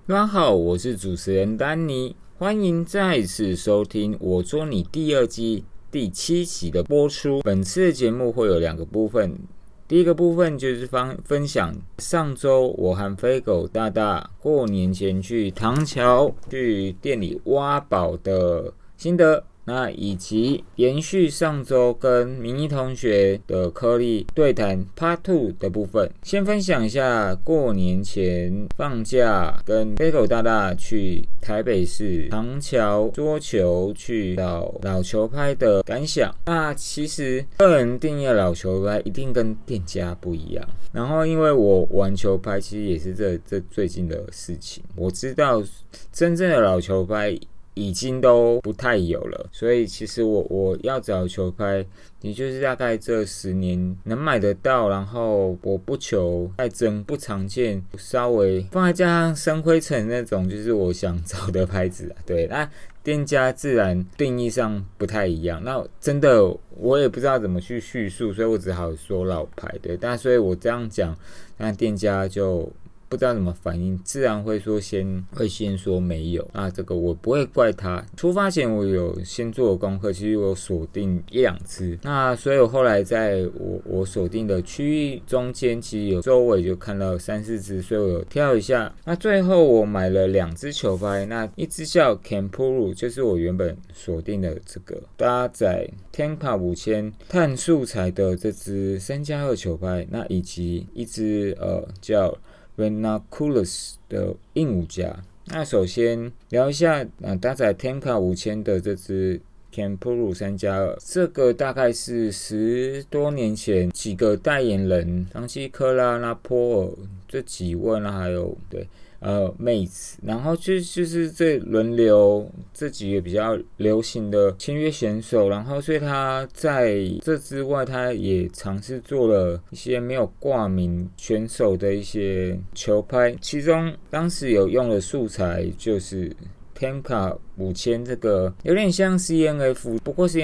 大家好，我是主持人丹尼，欢迎再次收听我捉你第二季第7期的播出。本次的节目会有2个部分，第一个部分就是分享上周我和飞狗大大过年前去唐桥去店里挖宝的心得，那以及延续上周跟明一同学的颗粒对谈 Part 2的部分。先分享一下过年前放假跟飞狗大大去台北市唐桥桌球去到老球拍的感想。那其实个人定义的老球拍一定跟店家不一样，然后因为我玩球拍其实也是这最近的事情，我知道真正的老球拍已经都不太有了，所以其实我要找球拍，也就是大概这10年能买得到，然后我不求太真不常见，稍微放在架上生灰尘那种，就是我想找的牌子啊。对，那店家自然定义上不太一样，那真的我也不知道怎么去叙述，所以我只好说老牌。对，但所以我这样讲，那店家就不知道怎么反应，自然会先说没有。那这个我不会怪他。出发前我有先做功课，其实我锁定1-2只。那所以我后来在我锁定的区域中间，其实有周围就看到3-4只，所以我有挑一下。那最后我买了2只球拍，那一只叫 Campuru， 就是我原本锁定的这个搭载 Tenka 5000碳素材的这只3+2球拍，那以及一只叫Vernaculus 的硬五夹。那首先聊一下搭载 Tenka 5000的这支 Campuru 3+2，这个大概是10多年前几个代言人，张希科拉、拉波尔这几位，那还有妹子，然后就是这轮流这几个比较流行的签约选手，然后所以他在这之外，他也尝试做了一些没有挂名选手的一些球拍，其中当时有用的素材就是Tenka 5000，这个有点像 CNF， 不过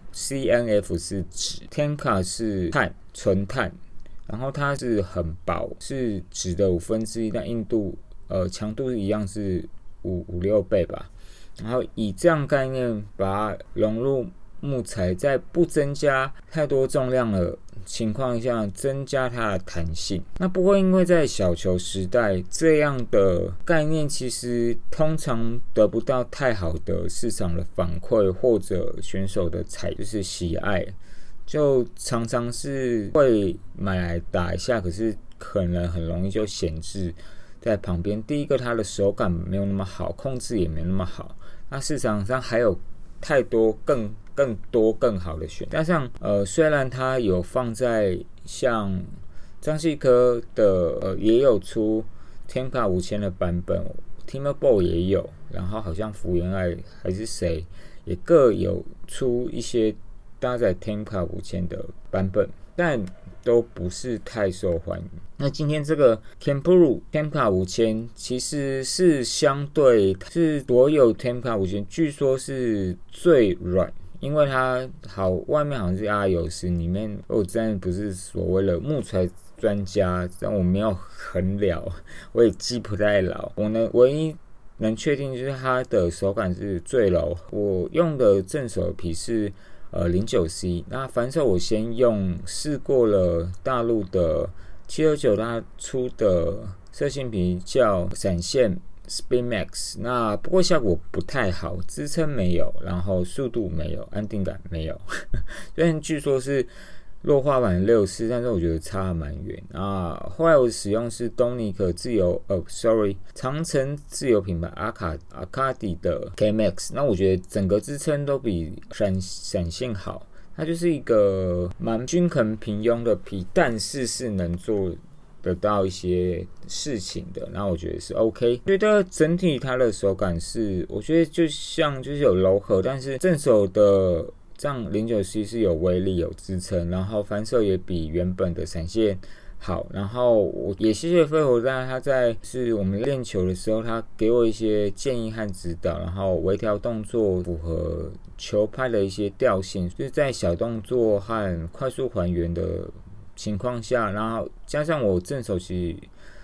CNF 是纸，Tenka 是碳，纯碳，然后它是很薄，是纸的1/5，但硬度强度一样是5-6倍吧，然后以这样概念把它融入木材，在不增加太多重量的情况下，增加它的弹性。那不过因为在小球时代，这样的概念其实通常得不到太好的市场的反馈，或者选手的就是喜爱，就常常是会买来打一下，可是可能很容易就闲置在旁边。第一个，它的手感没有那么好，控制也没那么好。那市场上还有太多更多更好的选，加上虽然它有放在像张继科的也有出 Tenka 5000的版本 ，Timberboy 也有，然后好像福原爱还是谁也各有出一些搭载 Tenka 5000的版本，但都不是太受欢迎。那今天这个 Campuru Tenka 5000其实是相对是所有 Tenka 5000据说是最软，因为它外面好像是R90，里面我真的不是所谓的木材专家，但我没有很了，我也记不太牢。唯一能确定就是它的手感是最柔。我用的正手皮是09C， 那反手我先试过了大陆的729，它出的色性皮叫闪现 Spin Max， 那不过效果不太好，支撑没有，然后速度没有，安定感没有。虽然据说是弱化版64，但是我觉得差蛮远啊。后来我使用是东尼可长城自由品牌阿卡迪的 KMAX， 那我觉得整个支撑都比闪现好。它就是一个蛮均衡平庸的皮，但是能做得到一些事情的，然后我觉得是 OK。觉得整体它的手感是，我觉得就是有柔和，但是正手的这样 09C 是有威力有支撑，然后反手也比原本的闪现好。然后我也谢谢飞虎蛋，他在是我们练球的时候，他给我一些建议和指导，然后微调动作符合球拍的一些调性，就是在小动作和快速还原的情况下，然后加上我正手其实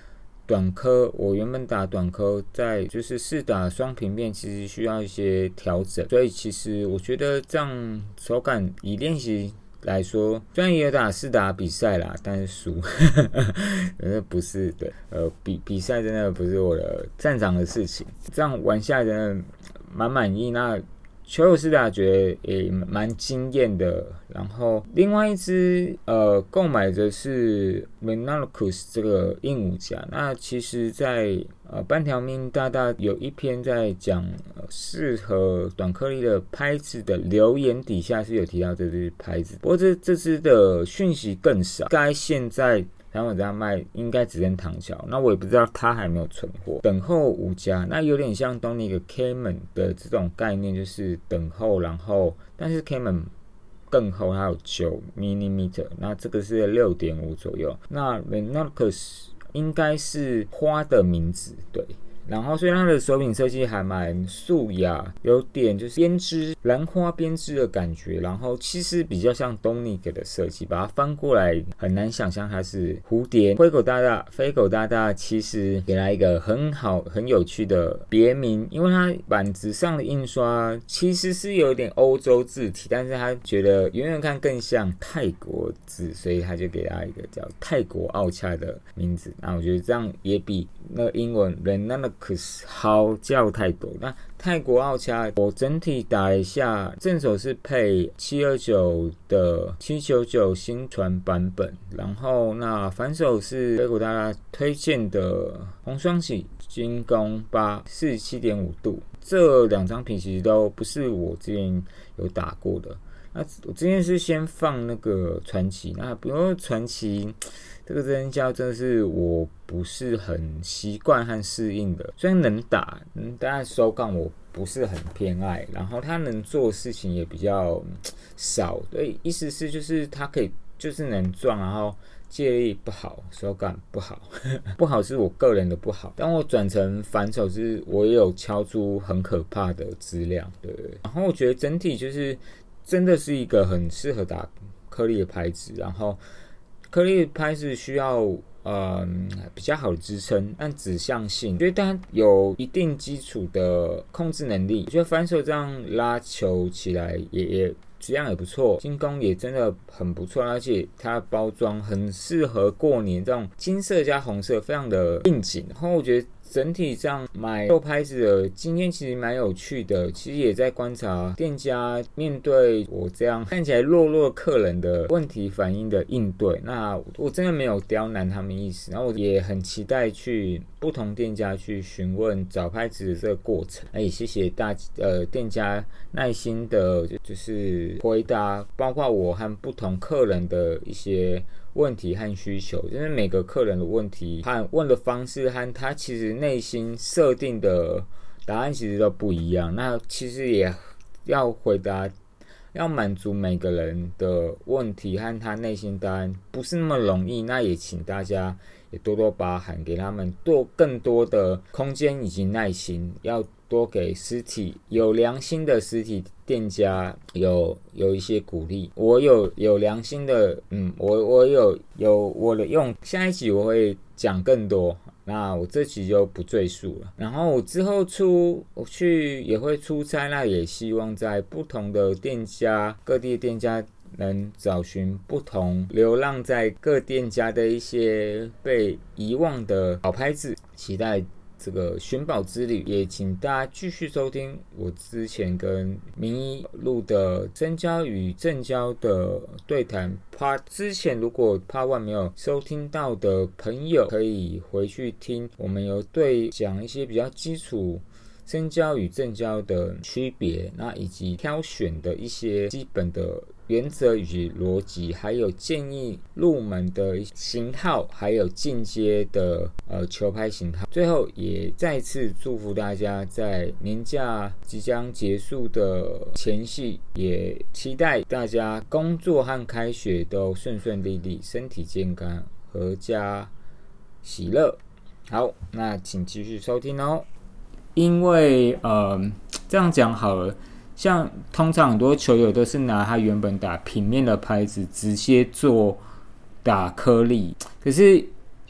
短科，我原本打短科，在就是试打双平面，其实需要一些调整，所以其实我觉得这样手感以练习来说，虽然也有试打比赛啦，但是输，真的不是对，比赛真的不是我的擅长的事情。这样玩下来真的蛮满意。那球友试打觉得也蛮惊艳的。然后另外一支购买的是 Menarcus 这个硬五夹。那其实在半条命大大有一篇在讲适合短颗粒的拍子的留言底下是有提到这支拍子，不过这支的讯息更少，该现在台湾这样卖应该只剩唐桥，那我也不知道它还没有存货，等候5家，那有点像东尼个 Cayman 的这种概念，就是等候，然后但是 Cayman 更厚，它有9 mm， 那这个是 6.5 左右。那 Menarcus 应该是花的名字，对。然后，所以它的手柄设计还蛮素雅，有点就是编织兰花编织的感觉。然后其实比较像东尼格的设计，把它翻过来很难想象它是蝴蝶。飞狗大大其实给它一个很好、很有趣的别名，因为它板子上的印刷其实是有点欧洲字体，但是他觉得远远看更像泰国字，所以他就给它一个叫泰国奥恰的名字。那我觉得这样也比那英文人那好叫太多。那泰国奥恰我整体打一下，正手是配729的799新传版本，然后那反手是飞狗大大推荐的红双喜精工8 47.5度，这2张品其实都不是我之前有打过的。那我之前是先放那个传奇，那不用传奇这个真胶真的是我不是很习惯和适应的，虽然能打，但手感我不是很偏爱，然后它能做的事情也比较少，对，意思是就是它可以就是能撞，然后借力不好，手感不好，不好是我个人的不好。当我转成反手是，我也有敲出很可怕的质量，对。然后我觉得整体就是真的是一个很适合打颗粒的拍子，然后颗粒拍子需要比较好的支撑，但指向性，觉得它有一定基础的控制能力。我觉得反手这样拉球起来也质量也不错，进攻也真的很不错，而且它的包装很适合过年，这种金色加红色非常的应景。然后我觉得整体这样买旧拍子的经验其实蛮有趣的，其实也在观察店家面对我这样看起来弱的客人的问题反应的应对。那我真的没有刁难他们意思，然后我也很期待去不同店家去询问找拍子的这个过程。也谢谢店家耐心的就是回答，包括我和不同客人的一些问题和需求，就是每个客人的问题和问的方式和他其实内心设定的答案其实都不一样。那其实也要回答，要满足每个人的问题和他内心答案不是那么容易。那也请大家也多多包涵，给他们更多的空间以及耐心，要多给实体有良心的实体店家有一些鼓励。我有良心的，我有我的用。下一集我会讲更多，那我这集就不赘述了。然后我之后我去也会出差，那也希望在不同的店家，各地的店家能找寻不同流浪在各店家的一些被遗忘的好拍子，期待这个寻宝之旅。也请大家继续收听我之前跟明一录的真胶与正胶的对谈 Part。 之前如果 Part 1没有收听到的朋友，可以回去听，我们有讲一些比较基础真胶与正胶的区别，那以及挑选的一些基本的原则以及逻辑，还有建议入门的型号，还有进阶的球拍型号。最后也再次祝福大家在年假即将结束的前夕，也期待大家工作和开学都顺顺利利，身体健康，阖家喜乐。好，那请继续收听哦。因为这样讲好了，像通常很多球友都是拿他原本打平面的拍子直接做打颗粒，可是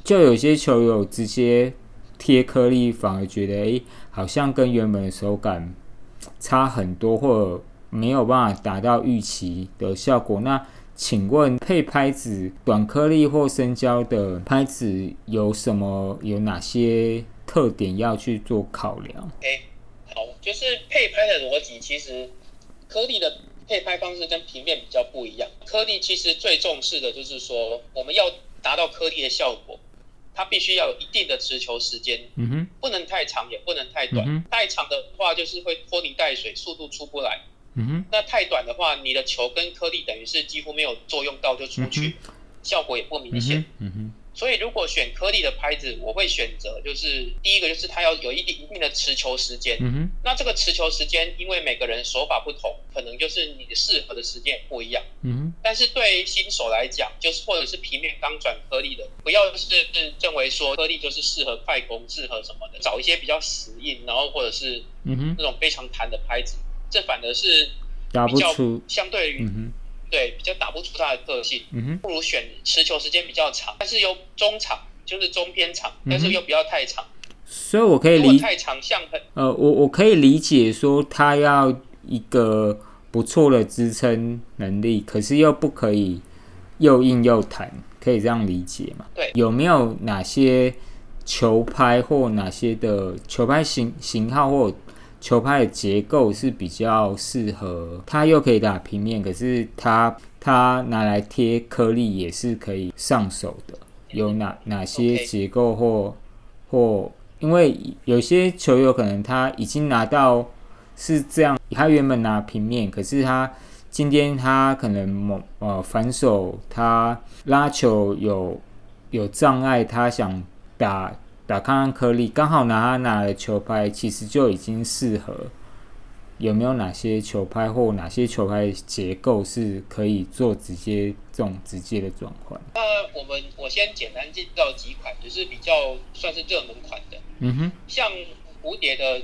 就有些球友直接贴颗粒，反而觉得好像跟原本的手感差很多，或者没有办法达到预期的效果。那请问配拍子短颗粒或深胶的拍子有哪些特点要去做考量？ 好，就是配拍的逻辑，其实颗粒的配拍方式跟平面比较不一样。颗粒其实最重视的就是说，我们要达到颗粒的效果，它必须要有一定的持球时间，不能太长也不能太短。太长的话就是会拖泥带水，速度出不来。那太短的话，你的球跟颗粒等于是几乎没有作用到就出去，效果也不明显。所以如果选颗粒的拍子，我会选择就是第一个就是它要有一定的持球时间。那这个持球时间，因为每个人手法不同，可能就是你适合的时间也不一样。但是对新手来讲，就是或者是平面刚转颗粒的，不要是认为说颗粒就是适合快攻，适合什么的，找一些比较死硬，然后或者是那种非常弹的拍子，这反而是比较相对于对，比较打不出它的个性，不如选持球时间比较长，但是又中长，就是中偏长，但是又不要太长。 所以我可以如果太长像我可以理解说他要一个不错的支撑能力，可是又不可以又硬又弹，可以这样理解吗？ 对。 有没有哪些球拍或哪些的球拍型号或球拍的结构是比较适合，它又可以打平面，可是它拿来贴颗粒也是可以上手的？有哪些结构或因为有些球友可能他已经拿到是这样，他原本拿平面，可是他今天他可能反手他拉球有障碍，他想打看看颗粒，刚好拿的球拍其实就已经适合。有没有哪些球拍或哪些球拍结构是可以做这种直接的转换？ 我先简单介绍几款，就是比较算是热门款的。像蝴蝶的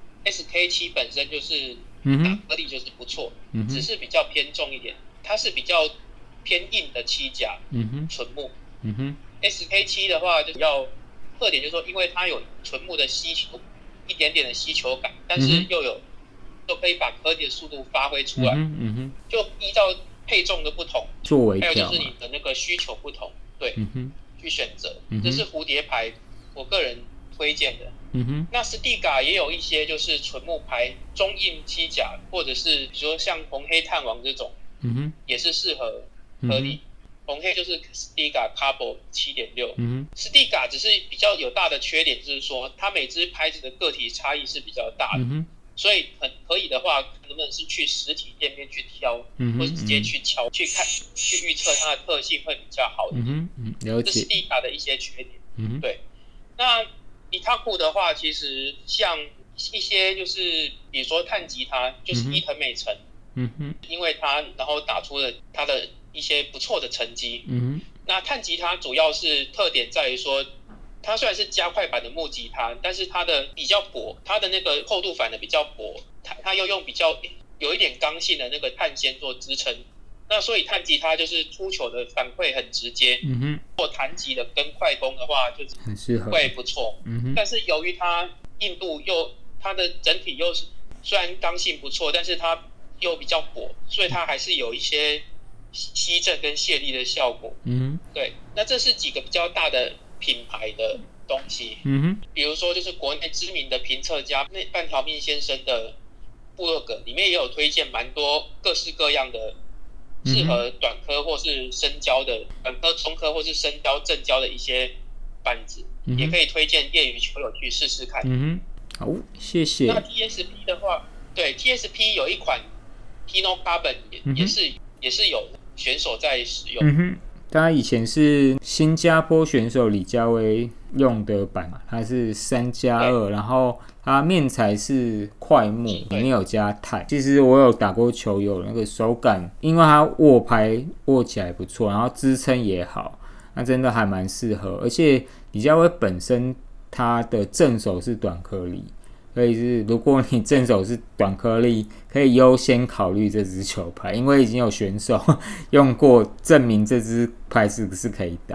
SK7 本身就是打颗粒就是不错，只是比较偏重一点，它是比较偏硬的漆甲纯木。SK7 的话就比较特点就是说，因为它有纯木的吸球，一点点的吸球感，但是又可以把颗粒的速度发挥出来。就依照配重的不同，还有就是你的那个需求不同，对，去选择。这是蝴蝶牌，我个人推荐的。那斯蒂嘎也有一些就是纯木牌，中硬漆甲，或者是比如说像红黑炭王这种，也是适合颗粒。红黑就是 Stiga Carbon 7.6，斯蒂嘎只是比较有大的缺点，就是说它每只拍子的个体差异是比较大的，所以可以的话，能不能是去实体店面去挑，或者直接去敲去看去预测它的特性会比较好一点。 了解。 这是斯蒂嘎的一些缺点。对。那伊塔库的话，其实像一些就是比如说碳吉他，就是伊藤美诚，因为他然后打出了他的一些不错的成绩。那碳吉他主要是特点在于说，它虽然是加快版的木吉他，但是它的比较薄，它的那个厚度反而比较薄，它又用比较有一点刚性的那个碳纤做支撑。那所以碳吉他就是出球的反馈很直接，或弹吉的跟快攻的话就是很适合， 会不错。但是由于它硬度它的整体又是虽然刚性不错，但是它又比较薄，所以它还是有一些吸震跟卸力的效果。对，那这是几个比较大的品牌的东西。比如说就是国内知名的评测家那半条命先生的部落格里面也有推荐蛮多各式各样的适合短颗或是深胶的短颗、中颗或是深胶、正胶的一些板子，也可以推荐业余球友去试试看。 好，谢谢。 那 TSP 的话，对 TSP 有一款 Pino Carbon 也是有选手在使用。 他以前是新加坡选手李佳薇用的板，它是3+2，然后它面材是快木，里面有加钛。其实我有打过球友，那个手感，因为它握拍握起来不错，然后支撑也好，那真的还蛮适合。而且李佳薇本身它的正手是短颗粒，所以是如果你正手是短颗粒，可以优先考虑这支球拍，因为已经有选手用过证明这支拍是可以打。 对，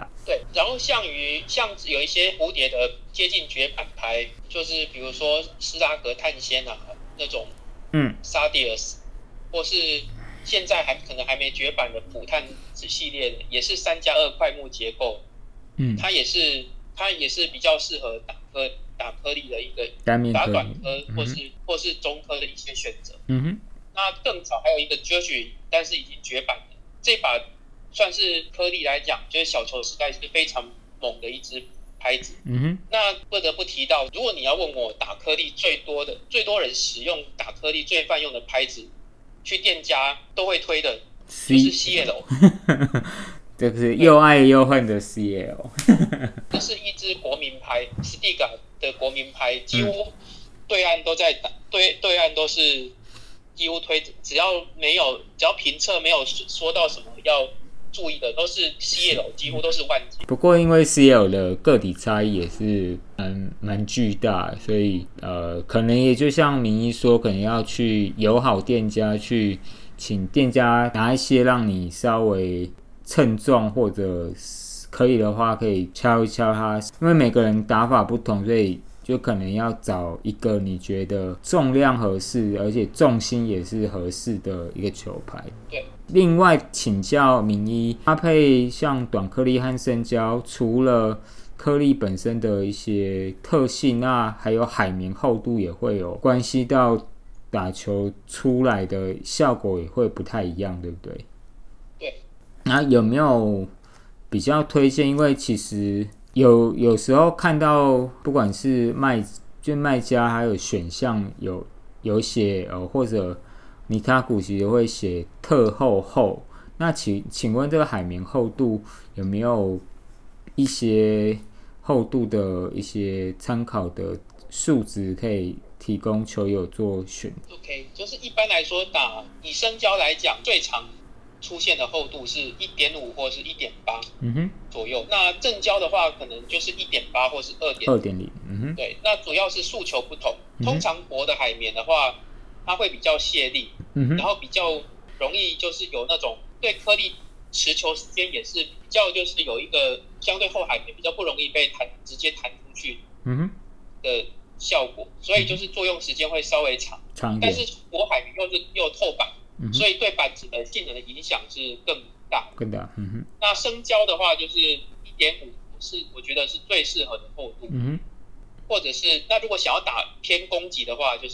然后像有一些蝴蝶的接近绝版牌，就是比如说斯拉格碳纤啊那种，沙迪尔斯，或是现在可能还没绝版的普碳子系列的，也是3+2块木结构，它也是比较适合打颗粒的一个打短颗或是中颗的一些选择。那更早还有一个 George， 但是已经绝版了，这把算是颗粒来讲，就是小球时代是非常猛的一支拍子。那不得不提到，如果你要问我打颗粒最多人使用打颗粒最泛用的拍子，去店家都会推的就是 CL。 这是又爱又恨的 CL。 这是一支国民牌 ，Stiga 的国民牌，几乎对岸都在打，对岸都是几乎推，只要评测没有说到什么要注意的，都是 CL， 几乎都是万金。 不过因为 CL 的个体差异也是蛮巨大，所以可能也就像明一说，可能要去友好店家去请店家拿一些让你稍微称重，或者可以的话可以敲一敲它，因为每个人打法不同，所以就可能要找一个你觉得重量合适，而且重心也是合适的一个球拍。 对。 另外请教明一，搭配像短颗粒和深胶，除了颗粒本身的一些特性，那还有海绵厚度也会有关系到打球出来的效果也会不太一样，对不对？ 对。 那有没有比较推荐？因为其实有时候看到不管是卖家还有选项有写或者尼卡古其实会写特厚，那请问这个海绵厚度有没有一些厚度的一些参考的数值可以提供球友做选？ OK， 就是一般来说以深胶来讲，最常出现的厚度是 1.5 或是 1.8 左右。那正胶的话可能就是 1.8 或是 2.0。对，那主要是诉求不同。通常薄的海绵的话，它会比较泄力，然后比较容易就是有那种对颗粒持球时间也是比较就是有一个相对厚海绵比较不容易被直接弹出去的效果，所以就是作用时间会稍微长一点。但是薄海绵又透板，所以对板子的性能的影响是更大。那深胶的话就是 1.5 是我觉得是最适合的厚度。或者是那如果想要打偏攻击的话，就是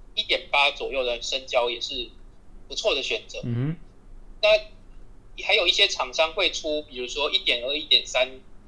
1.8 左右的深胶也是不错的选择。那还有一些厂商会出比如说 1.2、1.3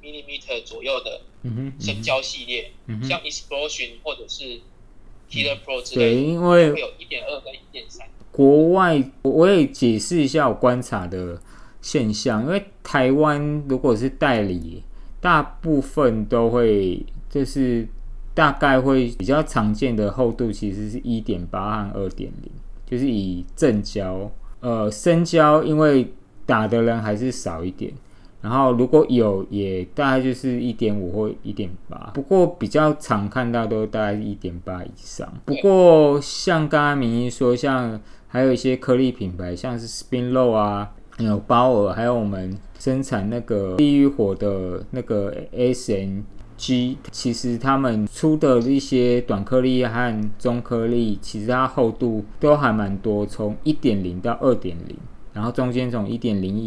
mm 左右的深胶系列，像 Explosion 或者是 Killer Pro 之类的，因为会有 1.2 跟 1.3。 国外我也解释一下我观察的现象，因为台湾如果是代理，大部分都会就是大概会比较常见的厚度其实是 1.8 和 2.0， 就是以正胶。深胶因为打的人还是少一点，然后如果有也大概就是 1.5 或 1.8， 不过比较常看到都大概是 1.8 以上。不过像刚刚明一说，像还有一些颗粒品牌，像是 Spinlow 啊，有包尔，还有我们生产那个地狱火的那个 SNG， 其实他们出的一些短颗粒和中颗粒，其实它厚度都还蛮多，从 1.0 到 2.0， 然后中间从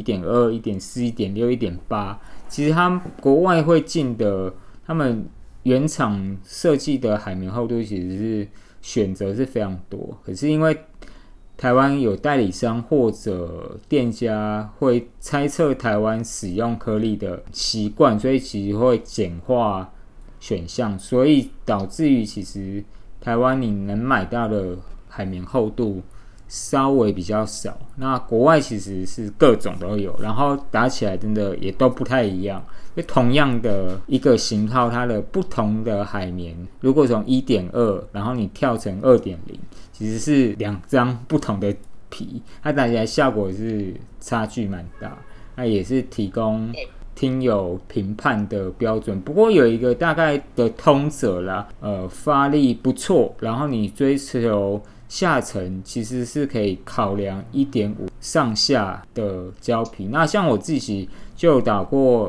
1.0、1.2、1.4、1.6、1.8， 其实他们国外会进的，他们原厂设计的海绵厚度其实是选择是非常多，可是因为台湾有代理商或者店家会猜测台湾使用颗粒的习惯，所以其实会简化选项，所以导致于其实台湾你能买到的海绵厚度稍微比较少。那国外其实是各种都有，然后打起来真的也都不太一样。因为同样的一个型号，它的不同的海绵，如果从 1.2 然后你跳成 2.0，其实是两张不同的皮，它打起来效果是差距蛮大。那也是提供听友评判的标准。不过有一个大概的通则啦，发力不错，然后你追求下层其实是可以考量 1.5 上下的胶皮。那像我自己就有打过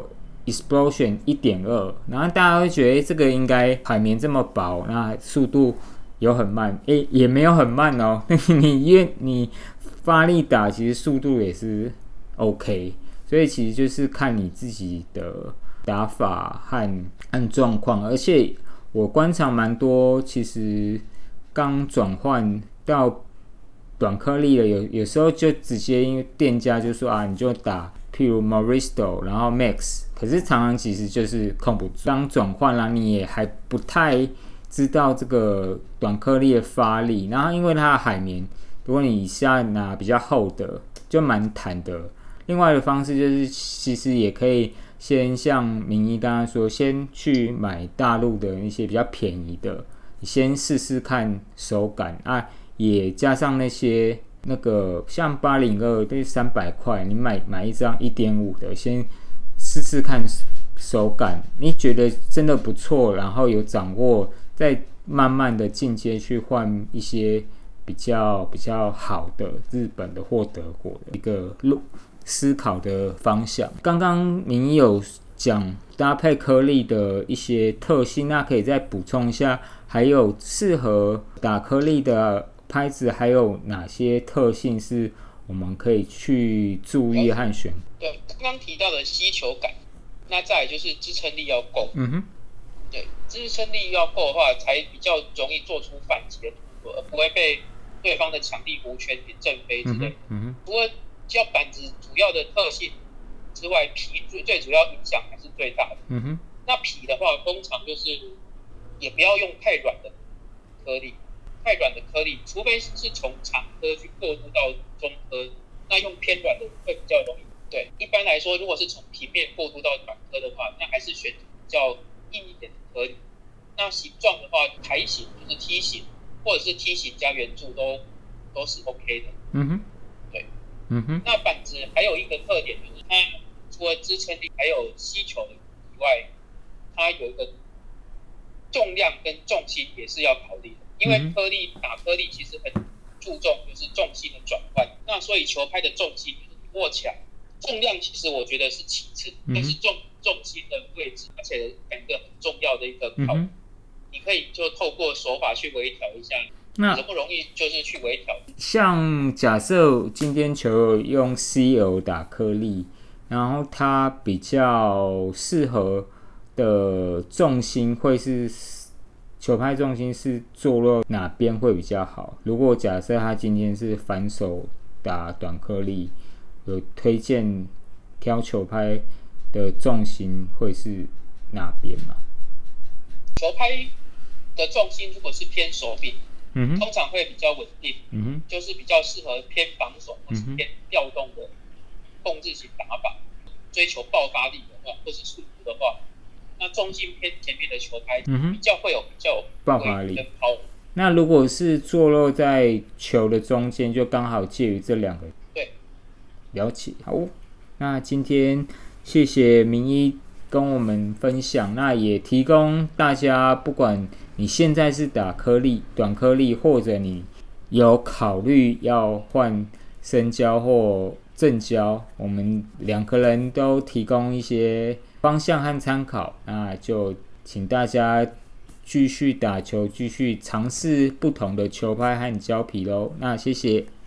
Explosion 1.2，然后大家会觉得这个应该海绵这么薄，那速度有很慢，也没有很慢哦。你发力打，其实速度也是 OK， 所以其实就是看你自己的打法和状况。而且我观察蛮多，其实刚转换到短颗粒的，有时候就直接因为店家就说你就打譬如 Maristo 然后 Max， 可是常常其实就是控不住。刚转换啦，你也还不太知道这个短颗粒的发力，然后因为它的海绵，如果你下拿比较厚的，就蛮弹的。另外的方式就是，其实也可以先像明一刚刚说，先去买大陆的一些比较便宜的，你先试试看手感也加上那个像802对300块，你买一张1.5的，先试试看手感，你觉得真的不错，然后有掌握，再慢慢的进阶去换一些比较好的日本的或德国的一个思考的方向。刚刚明有讲搭配颗粒的一些特性，那可以再补充一下，还有适合打颗粒的拍子还有哪些特性是我们可以去注意和选？ 对，刚刚提到的吸球感，那再来就是支撑力要够。对，支撑力要够的话，才比较容易做出反击的动作，而不会被对方的强力弧圈给震飞之类的。除了叫板子主要的特性之外，皮最主要影响还是最大的。那皮的话，通常就是也不要用太软的颗粒。太软的颗粒，除非是从长颗去过渡到中颗，那用偏软的会比较容易。对，一般来说，如果是从平面过渡到短颗的话，那还是选比较硬一点的颗粒。那形状的话，台形就是 T 型，或者是 T 型加圆柱都是 OK 的。对。那板子还有一个特点就是它除了支撑力还有吸球以外，它有一个重量跟重心也是要考虑的。因为打颗粒其实很注重就是重心的转换，那所以球拍的重心就是握起来，重量其实我觉得是其次，但是重心的位置，而且两个很重要的一个考虑，你可以就透过手法去微调一下，容不容易就是去微调。 像假设今天球友用 CL 打颗粒，然后它比较适合的重心会是。球拍重心是坐落哪边会比较好？如果假设他今天是反手打短颗粒，有推荐挑球拍的重心会是哪边吗？ 球拍的重心如果是偏手柄，通常会比较稳定，就是比较适合偏防守或是偏调动的控制型打法，追求爆发力的话，或是速度的话。那重心偏前面的球拍比较有爆发力。那如果是坐落在球的中间，就刚好介于这两个。 对， 了解。好，那今天谢谢明一跟我们分享，那也提供大家，不管你现在是打颗粒、短颗粒，或者你有考虑要换深胶或正胶，我们两个人都提供一些方向和参考，那就请大家继续打球，继续尝试不同的球拍和胶皮咯。那谢谢。